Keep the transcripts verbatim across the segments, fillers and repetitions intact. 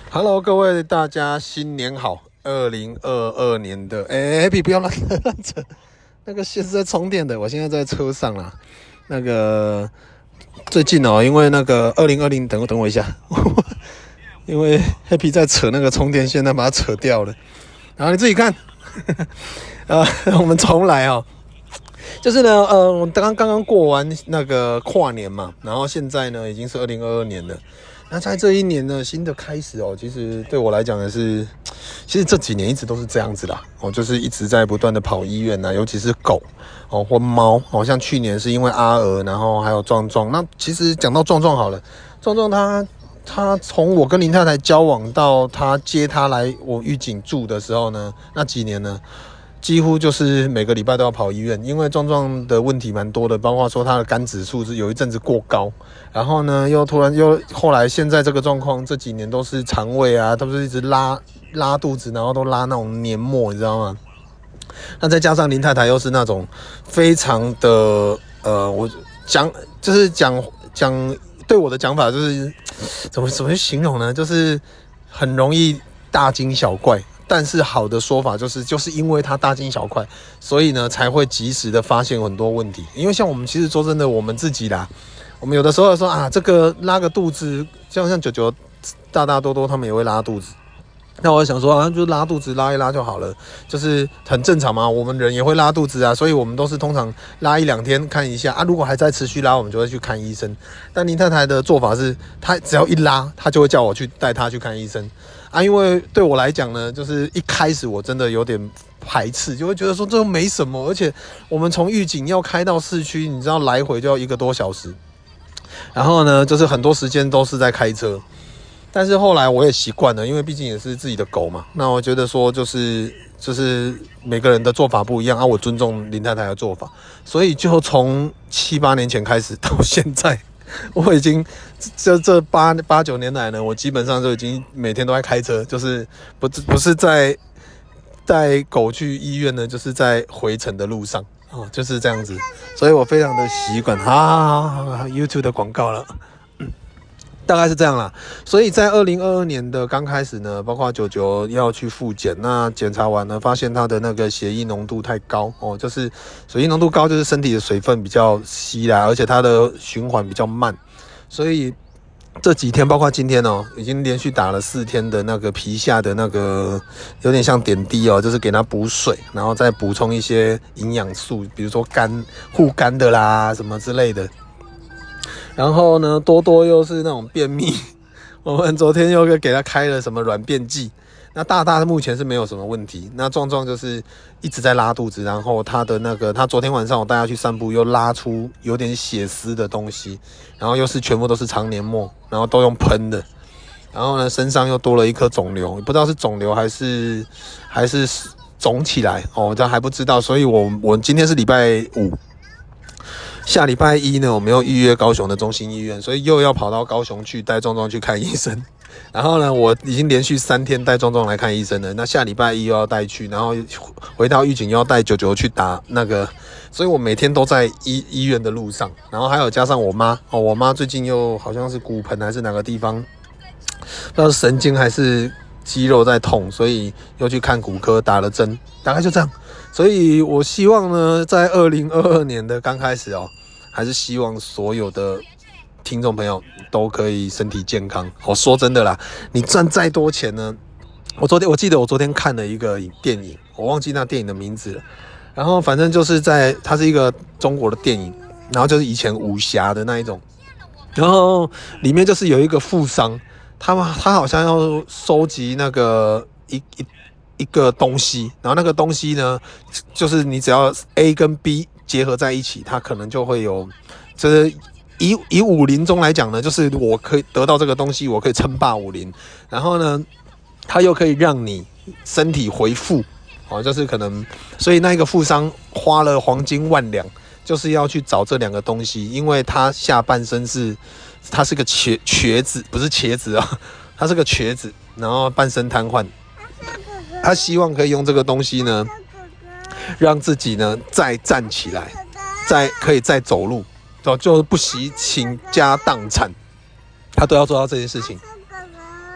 Hello，各位大家新年好！二零二二年的哎 ，Happy 不要乱扯乱扯，那个线是在充电的，我现在在车上啦。那个最近哦，因为那个二零二零，等我等我一下，因为 Happy 在扯那个充电线，他把它扯掉了。然后你自己看，呃，我们重来哦。就是呢，呃，我刚刚刚过完那个跨年嘛，然后现在呢已经是二零二二年了。那在这一年呢，新的开始哦，其实对我来讲的是，其实这几年一直都是这样子啦，哦，就是一直在不断的跑医院啊，尤其是狗哦或猫，哦，像去年是因为阿娥，然后还有壮壮。那其实讲到壮壮好了，壮壮他他从我跟林太太交往到他接他来我预警住的时候呢，那几年呢？几乎就是每个礼拜都要跑医院，因为壮壮的问题蛮多的，包括说他的肝指数是有一阵子过高，然后呢又突然又后来现在这个状况，这几年都是肠胃啊，都是一直拉拉肚子，然后都拉那种黏膜，你知道吗？那再加上林太太又是那种非常的呃，我讲就是讲讲对我的讲法就是怎么怎么去形容呢？就是很容易大惊小怪。但是好的说法就是，就是因为它大惊小怪，所以呢才会及时的发现很多问题。因为像我们其实说真的，我们自己啦，我们有的时候说啊，这个拉个肚子，像像九九、大大多多他们也会拉肚子。那我想说啊，就拉肚子拉一拉就好了，就是很正常嘛。我们人也会拉肚子啊，所以我们都是通常拉一两天看一下啊，如果还在持续拉，我们就会去看医生。但林太太的做法是，她只要一拉，她就会叫我去带她去看医生啊。因为对我来讲呢，就是一开始我真的有点排斥，就会觉得说这没什么，而且我们从预警要开到市区，你知道来回就要一个多小时，然后呢，就是很多时间都是在开车。但是后来我也习惯了，因为毕竟也是自己的狗嘛。那我觉得说就是就是每个人的做法不一样啊，我尊重林太太的做法，所以就从七八年前开始到现在，我已经这这八八九年来呢，我基本上就已经每天都在开车，就是不不是在带狗去医院呢，就是在回程的路上哦，就是这样子，所以我非常的习惯。好好好好 ，YouTube 的广告了。大概是这样啦，所以在二零二二年的刚开始呢，包括九九要去复检，那检查完呢，发现他的那个血液浓度太高哦，就是血液浓度高，就是身体的水分比较稀啦，而且它的循环比较慢，所以这几天包括今天哦，已经连续打了四天的那个皮下的那个有点像点滴哦，就是给他补水，然后再补充一些营养素，比如说肝护肝的啦什么之类的。然后呢，多多又是那种便秘，我们昨天又给他开了什么软便剂。那大大目前是没有什么问题，那壮壮就是一直在拉肚子，然后他的那个他昨天晚上我带他去散步，又拉出有点血丝的东西，然后又是全部都是肠黏膜，然后都用喷的，然后呢身上又多了一颗肿瘤，不知道是肿瘤还是还是肿起来哦，这还不知道，所以我我今天是礼拜五。下礼拜一呢，我们又预约高雄的中心医院，所以又要跑到高雄去带壮壮去看医生。然后呢，我已经连续三天带壮壮来看医生了。那下礼拜一又要带去，然后回到预警又要带九九去打那个，所以我每天都在医医院的路上。然后还有加上我妈哦，我妈最近又好像是骨盆还是哪个地方，不知道是神经还是肌肉在痛，所以又去看骨科打了针，大概就这样。所以我希望呢，在二零二二年的刚开始哦，还是希望所有的听众朋友都可以身体健康。我说真的啦，你赚再多钱呢，我昨天我记得我昨天看了一个电影，我忘记那电影的名字了。然后反正就是在它是一个中国的电影，然后就是以前武侠的那一种，然后里面就是有一个富商，他他好像要收集那个一一。一个东西，然后那个东西呢，就是你只要 A 跟 B 结合在一起，它可能就会有，就是以以武林中来讲呢，就是我可以得到这个东西，我可以称霸武林，然后呢，它又可以让你身体回复，哦，就是可能，所以那一个富商花了黄金万两，就是要去找这两个东西，因为他下半身是，他是个瘸瘸子，不是茄子啊，他是个瘸子，然后半身瘫倾。他希望可以用这个东西呢，让自己呢再站起来，再可以再走路，就不惜倾家荡产，他都要做到这件事情。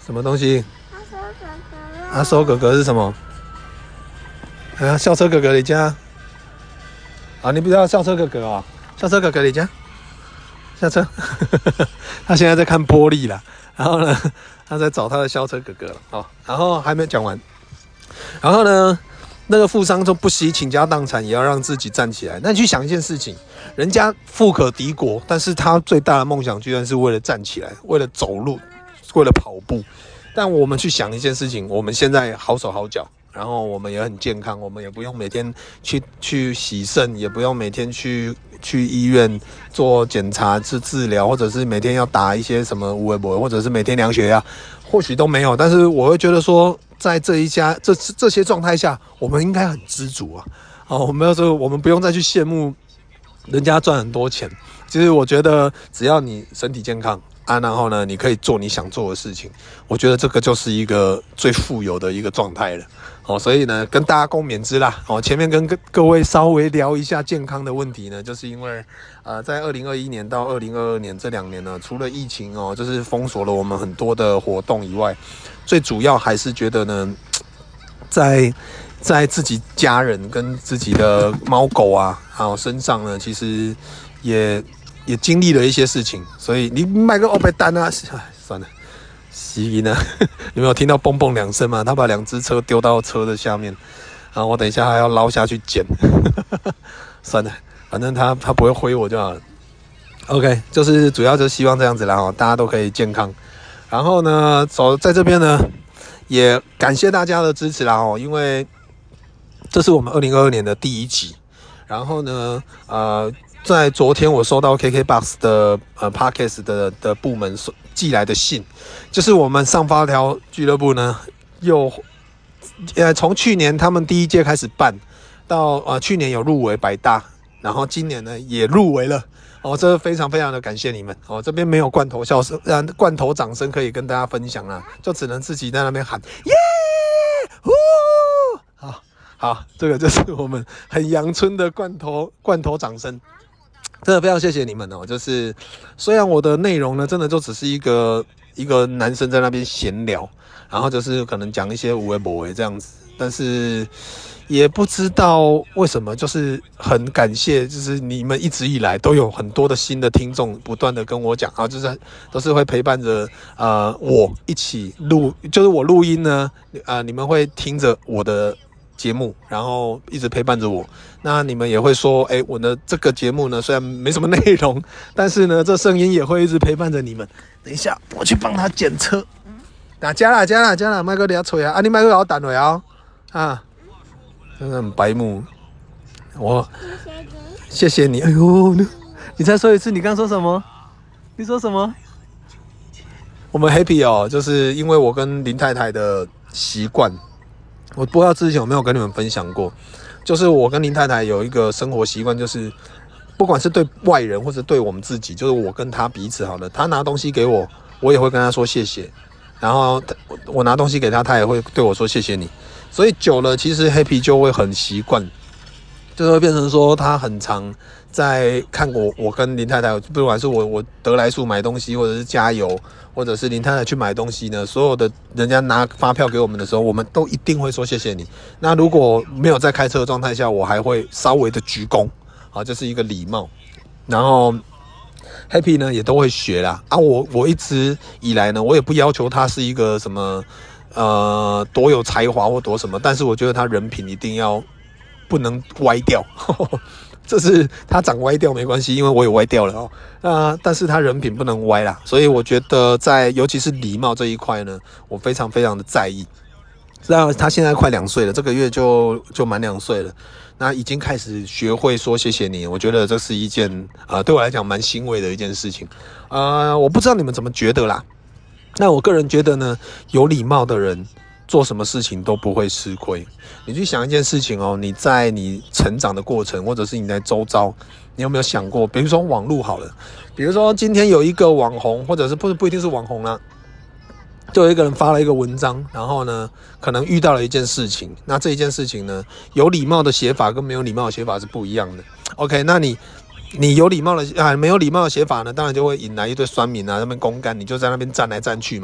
什么东西？ 阿搜哥哥。 阿搜哥哥是什么？啊，校车哥哥你家？啊，你不知道校车哥哥哦？校车哥哥你家？下车。他现在在看玻璃啦，然后呢，他在找他的校车哥哥了。哦，然后还没讲完，然后呢，那个富商就不惜倾家荡产，也要让自己站起来。那你去想一件事情，人家富可敌国，但是他最大的梦想居然是为了站起来，为了走路，为了跑步。但我们去想一件事情，我们现在好手好脚，然后我们也很健康，我们也不用每天去去洗肾，也不用每天去去医院做检查、治治疗，或者是每天要打一些什么无为博，或者是每天量血压，或许都没有。但是我会觉得说，在这一家这这些状态下，我们应该很知足啊。哦，我们要说，我们不用再去羡慕人家赚很多钱。其实我觉得，只要你身体健康。啊，然后呢，你可以做你想做的事情，我觉得这个就是一个最富有的一个状态了。哦，所以呢，跟大家共勉之啦。哦，前面跟各位稍微聊一下健康的问题呢，就是因为呃，在二零二一年到二零二二年这两年呢，除了疫情哦，就是封锁了我们很多的活动以外，最主要还是觉得呢，在在自己家人跟自己的猫狗啊，还有身上呢，其实也。也经历了一些事情，所以你买个欧贝单啊，算了，洗衣呢？有没有听到嘣嘣两声嘛？他把两只车丢到车的下面，然后我等一下还要捞下去捡。算了，反正他他不会挥我就好了。OK， 就是主要就希望这样子啦，大家都可以健康。然后呢，走在这边呢，也感谢大家的支持啦哦，因为这是我们二零二二年的第一集。然后呢，呃。在昨天，我收到 K K B O X 的呃 Podcast 的的部门寄来的信，就是我们上发条俱乐部呢，又呃从去年他们第一届开始办，到呃去年有入围百大，然后今年呢也入围了哦，这非常非常的感谢你们哦。这边没有罐头笑声，呃罐头掌声可以跟大家分享啦，就只能自己在那边喊耶呼。好，好，这个就是我们很阳春的罐头罐头掌声。真的非常谢谢你们哦！就是虽然我的内容呢，真的就只是一个一个男生在那边闲聊，然后就是可能讲一些无为不为这样子，但是也不知道为什么，就是很感谢，就是你们一直以来都有很多的新的听众不断的跟我讲啊，就是都是会陪伴着呃我一起录，就是我录音呢，呃你们会听着我的节目，然后一直陪伴着我。那你们也会说，哎，我的这个节目呢，虽然没什么内容，但是呢，这声音也会一直陪伴着你们。等一下，我去帮他检测。打加啦加啦加啦，麦克你要吹啊！啊，你麦克要等下哦。啊，真的很白目。我谢谢你。哎呦，你你再说一次，你刚说什么？你说什么？我们 happy 哦，就是因为我跟林太太的习惯。我不知道之前有没有跟你们分享过，就是我跟林太太有一个生活习惯，就是不管是对外人或者对我们自己，就是我跟她彼此好了，她拿东西给我，我也会跟她说谢谢，然后我拿东西给她，她也会对我说谢谢你，所以久了，其实 Happy 就会很习惯，就会变成说她很常在看我，我跟林太太，不管是我我得来速买东西，或者是加油。或者是林太太去买东西呢，所有的人家拿发票给我们的时候，我们都一定会说谢谢你。那如果没有在开车的状态下，我还会稍微的鞠躬，好，这是一个礼貌。然后 Happy 呢也都会学啦。啊，我我一直以来呢，我也不要求他是一个什么呃多有才华或多什么，但是我觉得他人品一定要不能歪掉。这是他长歪掉没关系，因为我也歪掉了哦。那但是他人品不能歪啦，所以我觉得在尤其是礼貌这一块呢，我非常非常的在意。那他现在快两岁了，这个月就就满两岁了，那已经开始学会说谢谢你，我觉得这是一件呃对我来讲蛮欣慰的一件事情。呃，我不知道你们怎么觉得啦。那我个人觉得呢，有礼貌的人做什么事情都不会吃亏。你去想一件事情哦，你在你成长的过程，或者是你在周遭，你有没有想过，比如说网络好了，比如说今天有一个网红，或者是不不一定是网红啦，就有一个人发了一个文章，然后呢，可能遇到了一件事情，那这一件事情呢，有礼貌的写法跟没有礼貌的写法是不一样的。OK， 那你你有礼貌的啊，没有礼貌的写法呢，当然就会引来一堆酸民啊，那边公干，你就在那边站来站去嘛。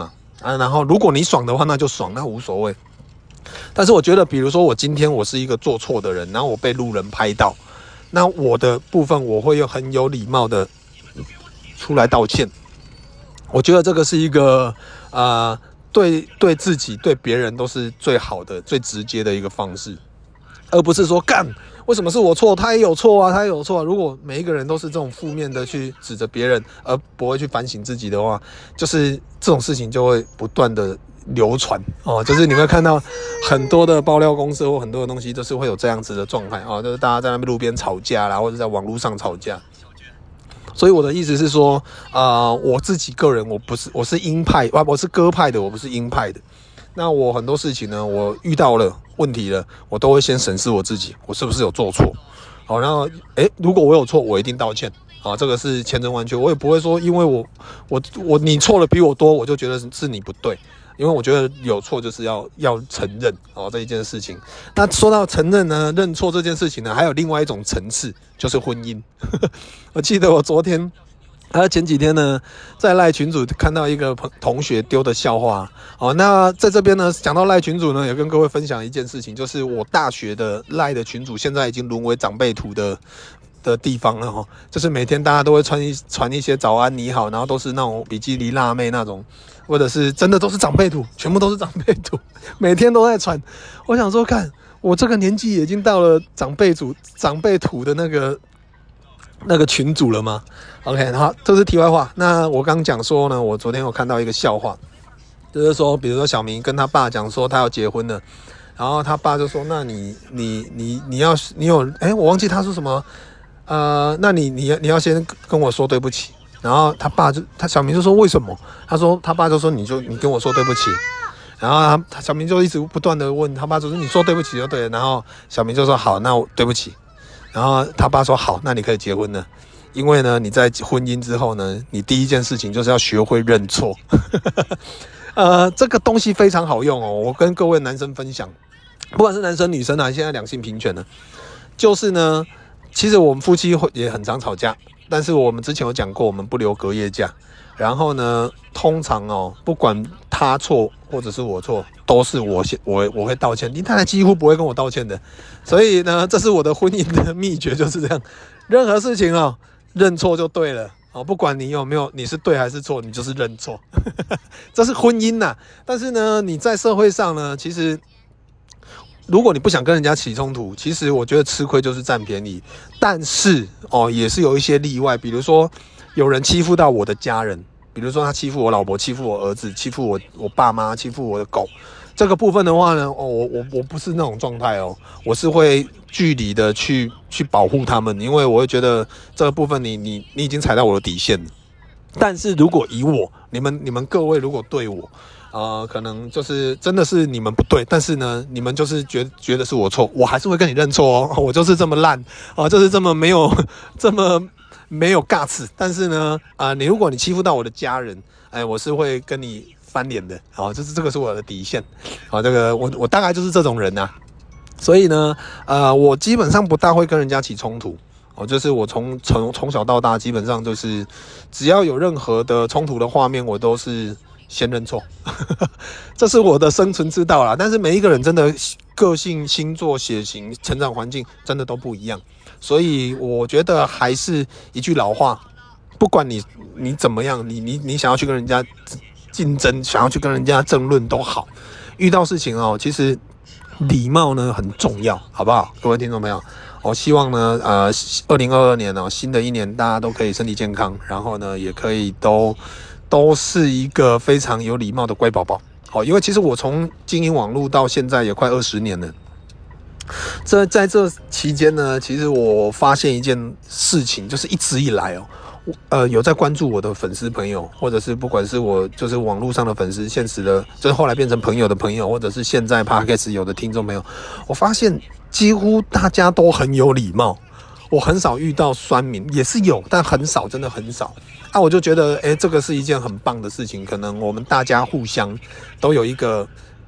啊。然后如果你爽的话，那就爽，那无所谓。但是我觉得，比如说我今天我是一个做错的人，然后我被路人拍到，那我的部分我会有很有礼貌的出来道歉。我觉得这个是一个呃，对对自己对别人都是最好的、最直接的一个方式，而不是说干为什么是我错，他也有错啊，他也有错啊。如果每一个人都是这种负面的去指责别人，而不会去反省自己的话，就是这种事情就会不断的流传哦。就是你会看到很多的爆料公司或很多的东西，都是会有这样子的状态哦，就是大家在那边路边吵架啦，或者在网络上吵架。所以我的意思是说，呃，我自己个人我不是我是鹰派，我是鸽派的，我不是鹰派的。那我很多事情呢，我遇到了问题了，我都会先审视我自己，我是不是有做错。好，然后，诶，如果我有错，我一定道歉。啊，这个是千真万确，我也不会说，因为我我我你错了比我多，我就觉得是你不对。因为我觉得有错就是要要承认哦这一件事情。那说到承认呢，认错这件事情呢，还有另外一种层次，就是婚姻。我记得我昨天。还有前几天呢，在赖群组看到一个同学丢的笑话哦。那在这边呢，讲到赖群组呢，也跟各位分享一件事情，就是我大学的赖的群组现在已经沦为长辈图的的地方了哦。就是每天大家都会传一传一些早安你好，然后都是那种比基尼辣妹那种，或者是真的都是长辈图，全部都是长辈图，每天都在传。我想说，看我这个年纪已经到了长辈组长辈图的那个。那个群组了吗 ？OK， 好，这是题外话。那我刚讲说呢，我昨天有看到一个笑话，就是说，比如说小明跟他爸讲说他要结婚了，然后他爸就说：“那你你你你要你有哎，我忘记他说什么，呃，那你你你要先跟我说对不起。”然后他爸就他小明就说：“为什么？”他说他爸就说：“你就你跟我说对不起。”然后他他小明就一直不断的问他爸，就说：“你说对不起就对了。”然后小明就说：“好，那我对不起。”然后他爸说：“好，那你可以结婚了，因为呢，你在婚姻之后呢，你第一件事情就是要学会认错。”呃，这个东西非常好用哦，我跟各位男生分享，不管是男生女生啊，现在两性平权呢，就是呢，其实我们夫妻也很常吵架，但是我们之前有讲过，我们不留隔夜架。然后呢，通常哦，不管他错或者是我错，都是我先我我会道歉。林太太几乎不会跟我道歉的，所以呢，这是我的婚姻的秘诀，就是这样。任何事情哦，认错就对了哦，不管你有没有你是对还是错，你就是认错，这是婚姻呐。但是呢，你在社会上呢，其实如果你不想跟人家起冲突，其实我觉得吃亏就是占便宜。但是哦，也是有一些例外，比如说。有人欺负到我的家人，比如说他欺负我老婆、欺负我儿子、欺负我我爸妈、欺负我的狗，这个部分的话呢，哦，我我我不是那种状态哦，我是会距离的去去保护他们，因为我会觉得这个部分你你你已经踩到我的底线了。但是如果以我，你们你们各位如果对我，呃，可能就是真的是你们不对，但是呢，你们就是觉觉得是我错，我还是会跟你认错哦，我就是这么烂啊、呃，就是这么没有这么。没有尬词，但是呢，啊、呃，你如果你欺负到我的家人，哎，我是会跟你翻脸的，好、哦，就是这个是我的底线，好、哦，这个我我大概就是这种人呐、啊，所以呢，呃，我基本上不大会跟人家起冲突，哦，就是我从从从小到大，基本上就是只要有任何的冲突的画面，我都是先认错，这是我的生存之道啦。但是每一个人真的个性、星座、血型、成长环境真的都不一样。所以我觉得还是一句老话，不管你你怎么样，你你你想要去跟人家竞争，想要去跟人家争论都好，遇到事情哦，其实礼貌呢很重要，好不好？各位听众朋友，我希望呢，呃，二零二二年哦，新的一年大家都可以身体健康，然后呢，也可以都都是一个非常有礼貌的乖宝宝。好，因为其实我从经营网络到现在也快二十年了。这在这期间呢，其实我发现一件事情，就是一直以来哦，呃，有在关注我的粉丝朋友，或者是不管是我就是网络上的粉丝，现实的，就是后来变成朋友的朋友，或者是现在 Podcast 有的听众朋友，我发现几乎大家都很有礼貌，我很少遇到酸民，也是有，但很少，真的很少。啊，我就觉得，哎，这个是一件很棒的事情，可能我们大家互相都有一个。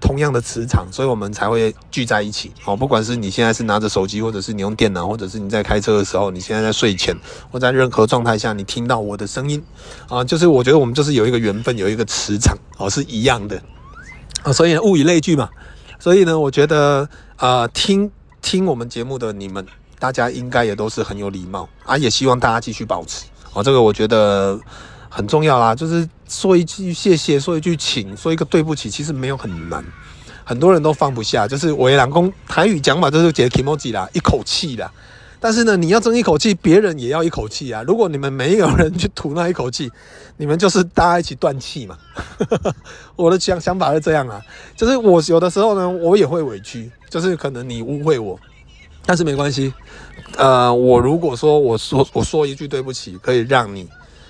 同样的磁场，所以我们才会聚在一起。哦，不管是你现在是拿着手机，或者是你用电脑，或者是你在开车的时候，你现在在睡前，或在任何状态下，你听到我的声音，啊，就是我觉得我们就是有一个缘分，有一个磁场，哦，是一样的。啊，所以呢，物以类聚嘛。所以呢，我觉得呃，听听我们节目的你们，大家应该也都是很有礼貌啊，也希望大家继续保持。哦，这个我觉得很重要啦，就是说一句谢谢，说一句请，说一个对不起，其实没有很难。很多人都放不下，就是我也讲讲台语讲法，就是解 kimoji 啦，一口气啦。但是呢，你要争一口气，别人也要一口气啊。如果你们没有人去吐那一口气，你们就是大家一起断气嘛。我的想想法是这样啊，就是我有的时候呢，我也会委屈，就是可能你误会我，但是没关系。呃，我如果说我说我说一句对不起，可以让你